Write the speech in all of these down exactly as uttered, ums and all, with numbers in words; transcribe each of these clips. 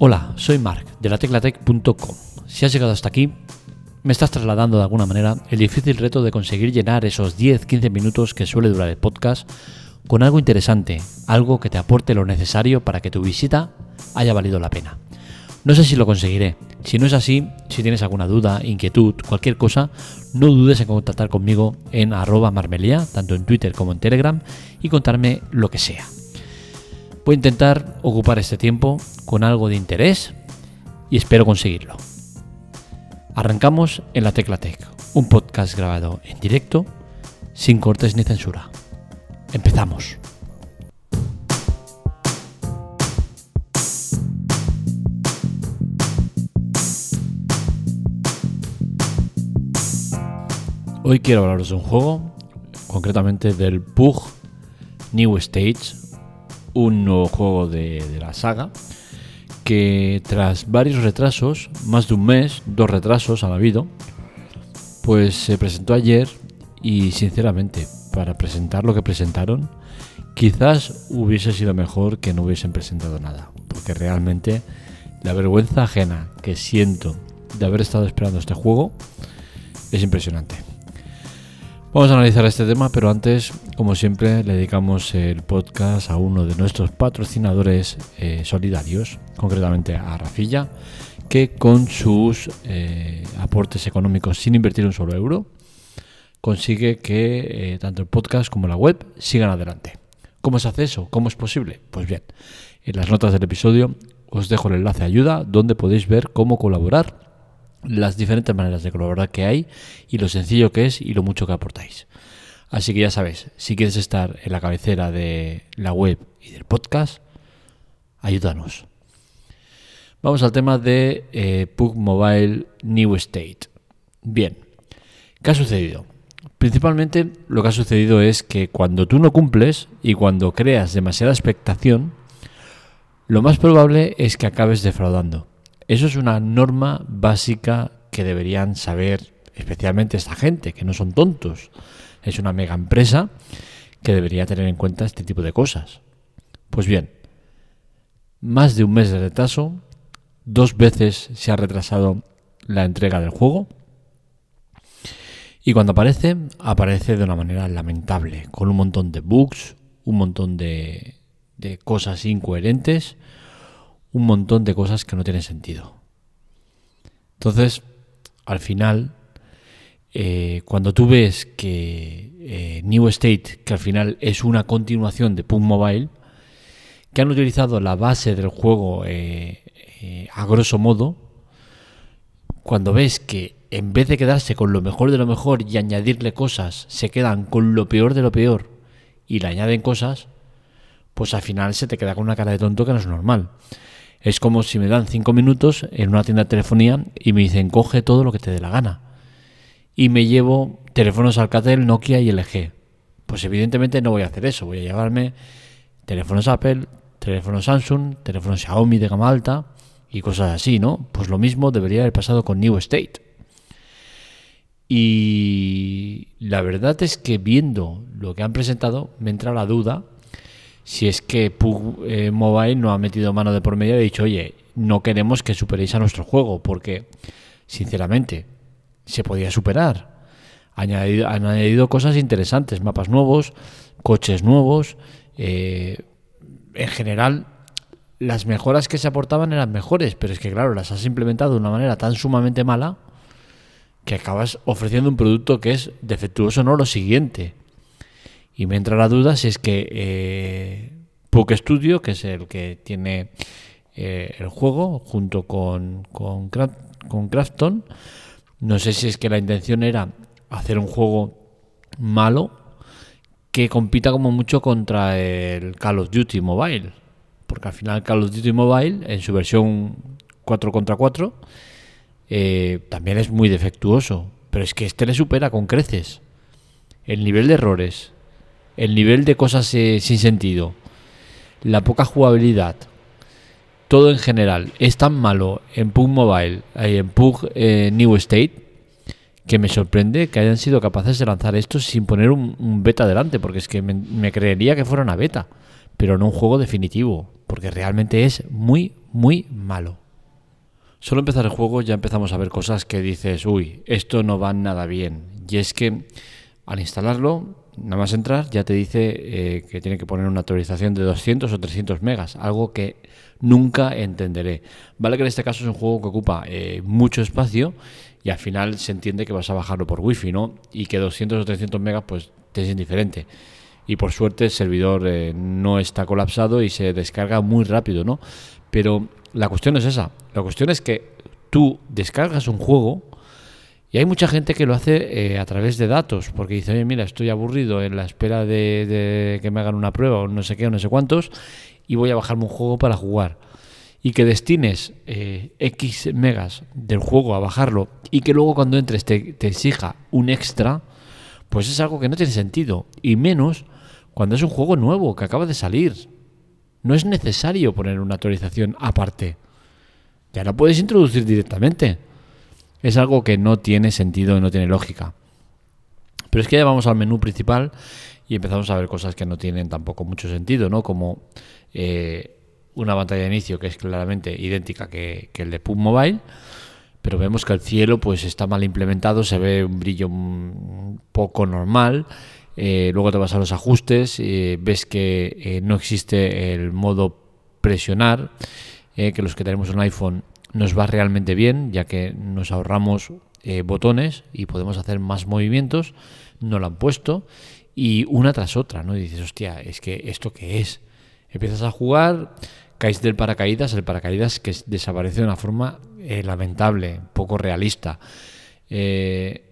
Hola, soy Marc de la teclatec punto com. Si has llegado hasta aquí, me estás trasladando de alguna manera el difícil reto de conseguir llenar esos diez a quince minutos que suele durar el podcast con algo interesante, algo que te aporte lo necesario para que tu visita haya valido la pena. No sé si lo conseguiré. Si no es así, si tienes alguna duda, inquietud, cualquier cosa, no dudes en contactar conmigo en arroba marmelia, tanto en Twitter como en Telegram, y contarme lo que sea. Voy a intentar ocupar este tiempo con algo de interés y espero conseguirlo. Arrancamos en La Tecla Tech, un podcast grabado en directo, sin cortes ni censura. Empezamos. Hoy quiero hablaros de un juego, concretamente del Pug New Stage, un nuevo juego de, de la saga, que tras varios retrasos, más de un mes, dos retrasos han habido, pues se presentó ayer y sinceramente, para presentar lo que presentaron, quizás hubiese sido mejor que no hubiesen presentado nada, porque realmente la vergüenza ajena que siento de haber estado esperando este juego es impresionante. Vamos a analizar este tema, pero antes, como siempre, le dedicamos el podcast a uno de nuestros patrocinadores eh, solidarios, concretamente a Rafilla, que con sus eh, aportes económicos sin invertir un solo euro, consigue que eh, tanto el podcast como la web sigan adelante. ¿Cómo se hace eso? ¿Cómo es posible? Pues bien, en las notas del episodio os dejo el enlace a ayuda donde podéis ver cómo colaborar, las diferentes maneras de colaborar que hay y lo sencillo que es y lo mucho que aportáis. Así que ya sabéis, si quieres estar en la cabecera de la web y del podcast, ayúdanos. Vamos al tema de eh, Pug Mobile New State. Bien, ¿qué ha sucedido? Principalmente lo que ha sucedido es que cuando tú no cumples y cuando creas demasiada expectación, lo más probable es que acabes defraudando. Eso es una norma básica que deberían saber especialmente esta gente, que no son tontos. Es una mega empresa que debería tener en cuenta este tipo de cosas. Pues bien, más de un mes de retraso, dos veces se ha retrasado la entrega del juego y cuando aparece, aparece de una manera lamentable, con un montón de bugs, un montón de, de cosas incoherentes, un montón de cosas que no tienen sentido. Entonces, al final, eh, cuando tú ves que eh, New State, que al final es una continuación de Pug Mobile, que han utilizado la base del juego eh, eh, a grosso modo, cuando ves que en vez de quedarse con lo mejor de lo mejor y añadirle cosas, se quedan con lo peor de lo peor y le añaden cosas, pues al final se te queda con una cara de tonto que no es normal. Es como si me dan cinco minutos en una tienda de telefonía y me dicen coge todo lo que te dé la gana. Y me llevo teléfonos Alcatel, Nokia y L G. Pues evidentemente no voy a hacer eso. Voy a llevarme teléfonos Apple, teléfonos Samsung, teléfonos Xiaomi de gama alta y cosas así, ¿no? Pues lo mismo debería haber pasado con New State. Y la verdad es que viendo lo que han presentado me entra la duda si es que Pug eh, Mobile no ha metido mano de por medio y ha dicho, oye, no queremos que superéis a nuestro juego, porque, sinceramente, se podía superar. Han añadido, han añadido cosas interesantes, mapas nuevos, coches nuevos. Eh, en general, las mejoras que se aportaban eran mejores, pero es que, claro, las has implementado de una manera tan sumamente mala que acabas ofreciendo un producto que es defectuoso, no lo siguiente. Y me entra la duda si es que eh, Pug Studio, que es el que tiene eh, el juego, junto con, con, Craft, con Krafton, no sé si es que la intención era hacer un juego malo que compita como mucho contra el Call of Duty Mobile. Porque al final Call of Duty Mobile, en su versión cuatro contra cuatro, eh, también es muy defectuoso. Pero es que este le supera con creces. El nivel de errores, el nivel de cosas eh, sin sentido, la poca jugabilidad, todo en general es tan malo en Pug Mobile y en Pug eh, New State que me sorprende que hayan sido capaces de lanzar esto sin poner un, un beta delante, porque es que me, me creería que fuera una beta, pero no un juego definitivo, porque realmente es muy, muy malo. Solo empezar el juego ya empezamos a ver cosas que dices, uy, esto no va nada bien. Y es que al instalarlo, nada más entrar, ya te dice eh, que tiene que poner una actualización de doscientos o trescientos megas, algo que nunca entenderé. Vale que en este caso es un juego que ocupa eh, mucho espacio y al final se entiende que vas a bajarlo por wifi, ¿no? Y que doscientos o trescientos megas pues te es indiferente. Y por suerte el servidor eh, no está colapsado y se descarga muy rápido, ¿no? Pero la cuestión es esa. La cuestión es que tú descargas un juego y hay mucha gente que lo hace eh, a través de datos, porque dice, oye, mira, estoy aburrido en la espera de, de que me hagan una prueba o no sé qué o no sé cuántos y voy a bajarme un juego para jugar. Y que destines eh, X megas del juego a bajarlo y que luego cuando entres te, te exija un extra, pues es algo que no tiene sentido. Y menos cuando es un juego nuevo que acaba de salir. No es necesario poner una actualización aparte. Ya la puedes introducir directamente. Es algo que no tiene sentido y no tiene lógica. Pero es que ya vamos al menú principal y empezamos a ver cosas que no tienen tampoco mucho sentido, ¿no? Como eh, una pantalla de inicio que es claramente idéntica que, que el de P U B Mobile, pero vemos que el cielo pues está mal implementado, se ve un brillo un poco normal. Eh, luego te vas a los ajustes, eh, ves que eh, no existe el modo presionar, eh, que los que tenemos un iPhone nos va realmente bien, ya que nos ahorramos eh, botones y podemos hacer más movimientos. No lo han puesto y una tras otra, ¿no? Y dices, hostia, es que ¿esto qué es? Empiezas a jugar, caes del paracaídas, el paracaídas que desaparece de una forma eh, lamentable, poco realista. Eh,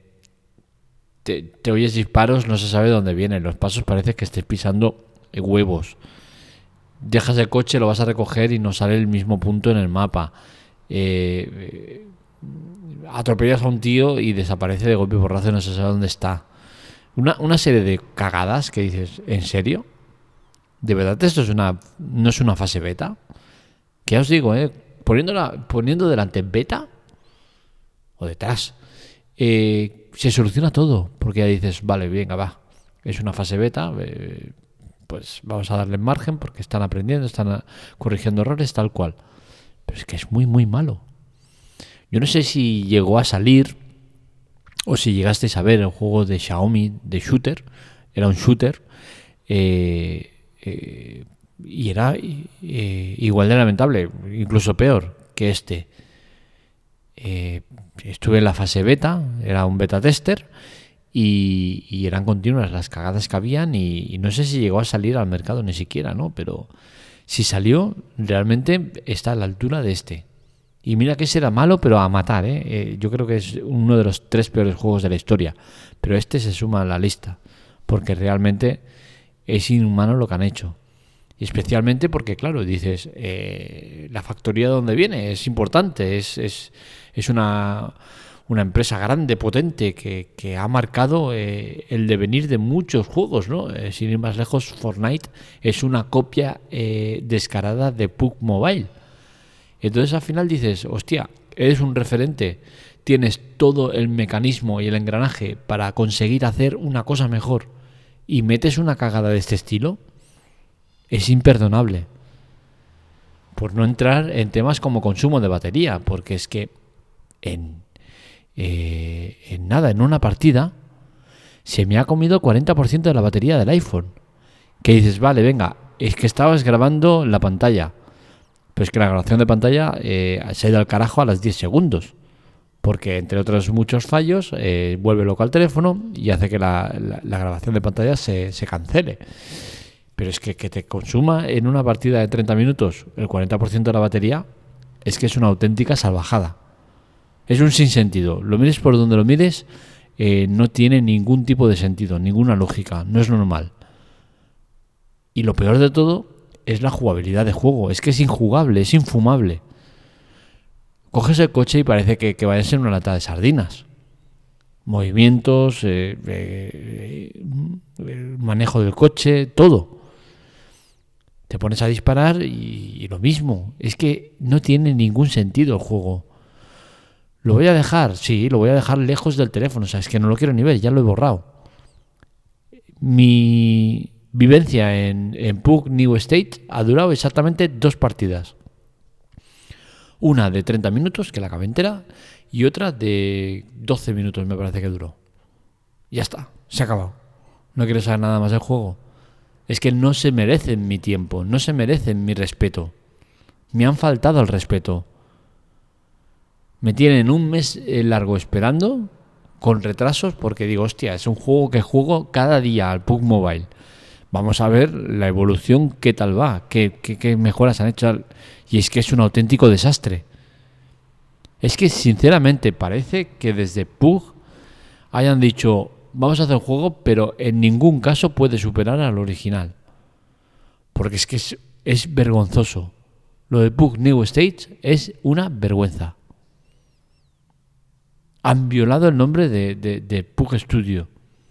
te, te oyes disparos, no se sabe de dónde vienen. Los pasos parece que estés pisando huevos. Dejas el coche, lo vas a recoger y no sale el mismo punto en el mapa. Eh, atropellas a un tío y desaparece de golpe y porrazo y no se sabe dónde está. Una, una serie de cagadas que dices, ¿en serio? ¿De verdad esto es una no es una fase beta? Que ya os digo, eh, poniéndola, poniendo delante beta o detrás, eh, se soluciona todo, porque ya dices, vale, venga, va, es una fase beta, eh, pues vamos a darle margen porque están aprendiendo, están corrigiendo errores, tal cual. Pero es que es muy, muy malo. Yo no sé si llegó a salir o si llegasteis a ver el juego de Xiaomi de shooter, era un shooter, eh, eh, y era eh, igual de lamentable, incluso peor que este. Eh, estuve en la fase beta, era un beta tester y, y eran continuas las cagadas que habían y, y no sé si llegó a salir al mercado ni siquiera, ¿no? Pero si salió, realmente está a la altura de este. Y mira que ese era malo, pero a matar, ¿eh? Eh, yo creo que es uno de los tres peores juegos de la historia. Pero este se suma a la lista, porque realmente es inhumano lo que han hecho. Y especialmente porque, claro, dices, eh, la factoría de donde viene es importante, es, es, es una, una empresa grande, potente, que, que ha marcado eh, el devenir de muchos juegos, ¿no? Eh, sin ir más lejos, Fortnite es una copia eh, descarada de P U B Mobile. Entonces al final dices, hostia, eres un referente, tienes todo el mecanismo y el engranaje para conseguir hacer una cosa mejor y metes una cagada de este estilo, es imperdonable. Por no entrar en temas como consumo de batería, porque es que en, eh, en nada, en una partida, se me ha comido cuarenta por ciento de la batería del iPhone. Que dices, vale, venga, es que estabas grabando la pantalla. Pero es que la grabación de pantalla eh, se ha ido al carajo a los diez segundos. Porque, entre otros muchos fallos, eh, vuelve loco al teléfono y hace que la, la, la grabación de pantalla se, se cancele. Pero es que que te consuma en una partida de treinta minutos el cuarenta por ciento de la batería, es que es una auténtica salvajada. Es un sinsentido. Lo mires por donde lo mires, eh, no tiene ningún tipo de sentido, ninguna lógica, no es normal. Y lo peor de todo es la jugabilidad de juego. Es que es injugable, es infumable. Coges el coche y parece que, que vayas en una lata de sardinas. Movimientos, eh, eh, eh, manejo del coche, todo. Te pones a disparar y, y lo mismo. Es que no tiene ningún sentido el juego. ¿Lo voy a dejar? Sí, lo voy a dejar lejos del teléfono. O sea, es que no lo quiero ni ver, ya lo he borrado. Mi vivencia en, en Pug New State ha durado exactamente dos partidas. Una de treinta minutos, que la acabé entera, y otra de doce minutos me parece que duró. Ya está, se ha acabado. No quiero saber nada más del juego. Es que no se merecen mi tiempo, no se merecen mi respeto. Me han faltado el respeto. Me tienen un mes largo esperando, con retrasos, porque digo, hostia, es un juego que juego cada día al Pug Mobile. Vamos a ver la evolución, qué tal va, qué, qué, qué mejoras han hecho. Y es que es un auténtico desastre. Es que sinceramente parece que desde Pug hayan dicho, vamos a hacer un juego, pero en ningún caso puede superar al original. Porque es que es, es vergonzoso. Lo de Pug New Stage es una vergüenza. Han violado el nombre de, de, de Pug Studio.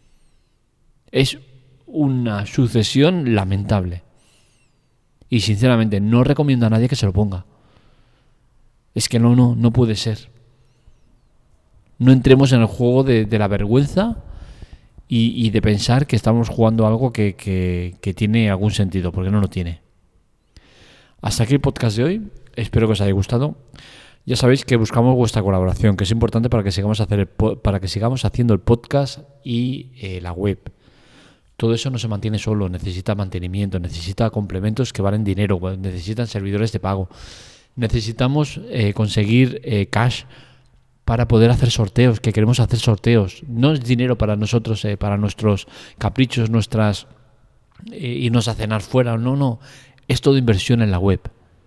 Es una sucesión lamentable. Y sinceramente no recomiendo a nadie que se lo ponga. Es que no, no, no puede ser. No entremos en el juego de, de la vergüenza y, y de pensar que estamos jugando algo que, que, que tiene algún sentido, porque no lo tiene. Hasta aquí el podcast de hoy. Espero que os haya gustado. Ya sabéis que buscamos vuestra colaboración, que es importante para que sigamos, hacer el po- para que sigamos haciendo el podcast y eh, la web. Todo eso no se mantiene solo, necesita mantenimiento, necesita complementos que valen dinero, necesitan servidores de pago. Necesitamos eh, conseguir eh, cash para poder hacer sorteos, que queremos hacer sorteos. No es dinero para nosotros, eh, para nuestros caprichos, nuestras eh, irnos a cenar fuera, no, no. Es todo inversión en la web.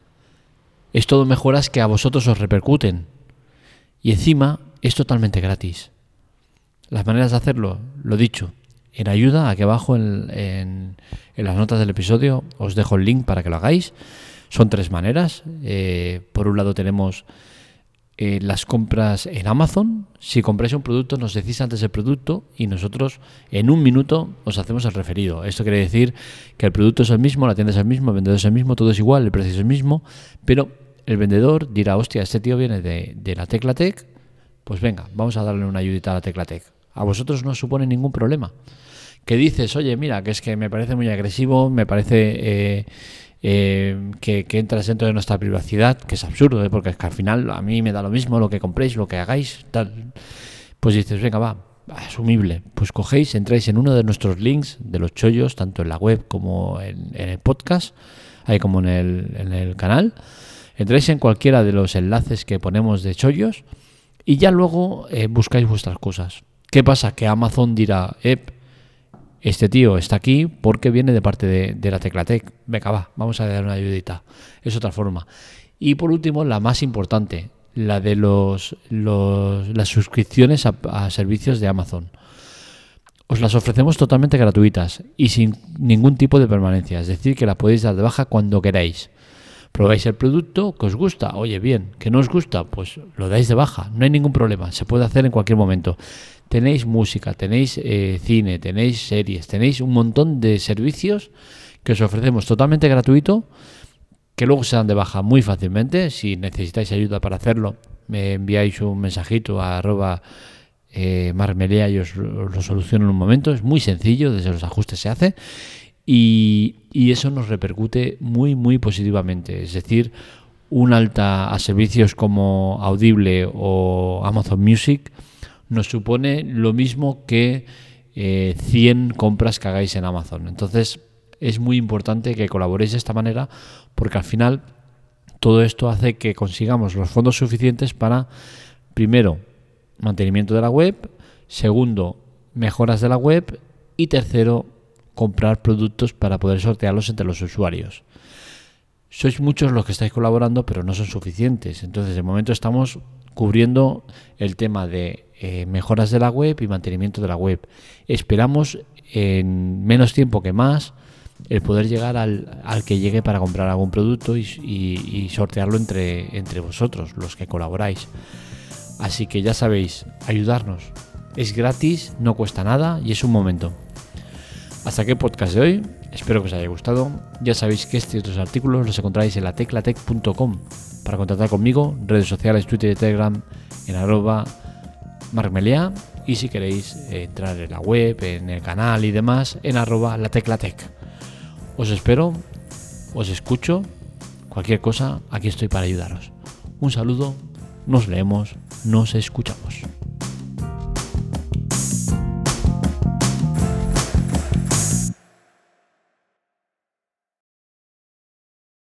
Es todo mejoras que a vosotros os repercuten. Y encima es totalmente gratis. Las maneras de hacerlo, lo dicho, en ayuda, aquí abajo en, en, en las notas del episodio os dejo el link para que lo hagáis. Son tres maneras. Eh, por un lado tenemos eh, las compras en Amazon. Si compráis un producto, nos decís antes el producto y nosotros en un minuto os hacemos el referido. Esto quiere decir que el producto es el mismo, la tienda es el mismo, el vendedor es el mismo, todo es igual, el precio es el mismo, pero el vendedor dirá, hostia, este tío viene de, de la Teclatec, pues venga, vamos a darle una ayudita a la Teclatec. A vosotros no os supone ningún problema. Que dices, oye, mira, que es que me parece muy agresivo, me parece eh, eh, que, que entras dentro de nuestra privacidad, que es absurdo, ¿eh? Porque es que al final a mí me da lo mismo lo que compréis, lo que hagáis, tal. Pues dices, venga, va, asumible. Pues cogéis, entráis en uno de nuestros links de los chollos, tanto en la web como en, en el podcast, ahí como en el, en el canal. Entráis en cualquiera de los enlaces que ponemos de chollos y ya luego eh, buscáis vuestras cosas. ¿Qué pasa? Que Amazon dirá, eh, este tío está aquí porque viene de parte de, de la Teclatec. Venga, va, vamos a dar una ayudita. Es otra forma. Y por último, la más importante, la de los, los las suscripciones a, a servicios de Amazon. Os las ofrecemos totalmente gratuitas y sin ningún tipo de permanencia. Es decir, que la podéis dar de baja cuando queráis. Probáis el producto, que os gusta, oye, bien, que no os gusta, pues lo dais de baja, no hay ningún problema, se puede hacer en cualquier momento. Tenéis música, tenéis eh, cine, tenéis series, tenéis un montón de servicios que os ofrecemos totalmente gratuito, que luego se dan de baja muy fácilmente. Si necesitáis ayuda para hacerlo, me enviáis un mensajito a arroba eh, marmelea y os, os lo soluciono en un momento. Es muy sencillo, desde los ajustes se hace. Y, y eso nos repercute muy, muy positivamente. Es decir, un alta a servicios como Audible o Amazon Music nos supone lo mismo que eh, cien compras que hagáis en Amazon. Entonces, es muy importante que colaboréis de esta manera porque al final todo esto hace que consigamos los fondos suficientes para, primero, mantenimiento de la web, segundo, mejoras de la web y tercero, comprar productos para poder sortearlos entre los usuarios. Sois muchos los que estáis colaborando, pero no son suficientes. Entonces, de momento estamos cubriendo el tema de eh, mejoras de la web y mantenimiento de la web. Esperamos en menos tiempo que más el poder llegar al, al que llegue para comprar algún producto y, y, y sortearlo entre, entre vosotros, los que colaboráis. Así que ya sabéis, ayudarnos. Es gratis, no cuesta nada y es un momento. Hasta aquí el podcast de hoy, espero que os haya gustado. Ya sabéis que este y otros artículos los encontráis en la teclatec punto com. Para contactar conmigo, redes sociales, Twitter y Telegram en arroba marmelea, y si queréis eh, entrar en la web, en el canal y demás, en arroba la teclatec. os espero, os escucho, cualquier cosa, aquí estoy para ayudaros. Un saludo, nos leemos, nos escuchamos.